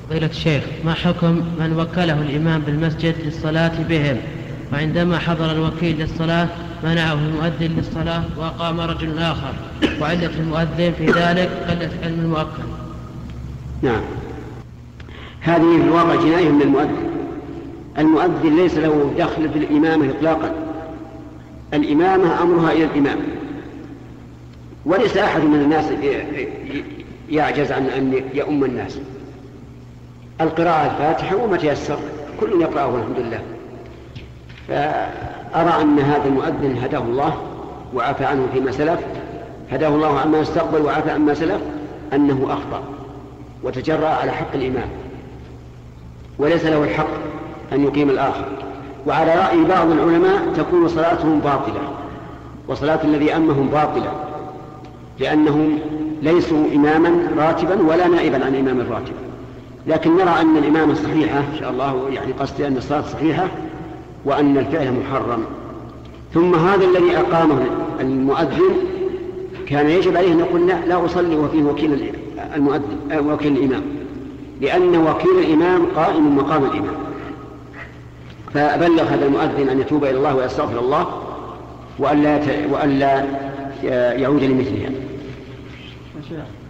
فضيلة الشيخ، ما حكم من وكله الإمام بالمسجد للصلاة بهم، وعندما حضر الوكيل للصلاة منعه المؤذن للصلاة وقام رجل آخر، وعلة المؤذن في ذلك قلة علم المؤكد؟ نعم، هذه في الواقع جناية من المؤذن. المؤذن ليس له دخل في الإمامة إطلاقا، الإمامة أمرها إلى الإمام، وليس أحد من الناس يعجز عن أن يؤم الناس. القراءة الفاتحة وما تيسر كل يقرأه والحمد لله. فأرى أن هذا المؤذن هداه الله وعفى عنه فيما سلف، هداه الله عما يستقبل وعفى عما سلف، أنه أخطأ وتجرأ على حق الإمام، وليس له الحق أن يقيم الآخر. وعلى رأي بعض العلماء تكون صلاتهم باطلة، وصلاة الذي أمهم باطلة، لأنهم ليسوا إماما راتبا ولا نائبا عن إمام الراتب. لكن نرى أن الإمامة صحيحة إن شاء الله، يعني قصدي أن الصلاة صحيحة وأن الفعل محرم. ثم هذا الذي أقامه المؤذن كان يجب عليه أن يقول لا أصلي وفيه وكيل المؤذن وكيل الإمام، لأن وكيل الإمام قائم مقام الإمام. فبلغ هذا المؤذن أن يتوب إلى الله ويستغفر الله وألا يعود لمثلها.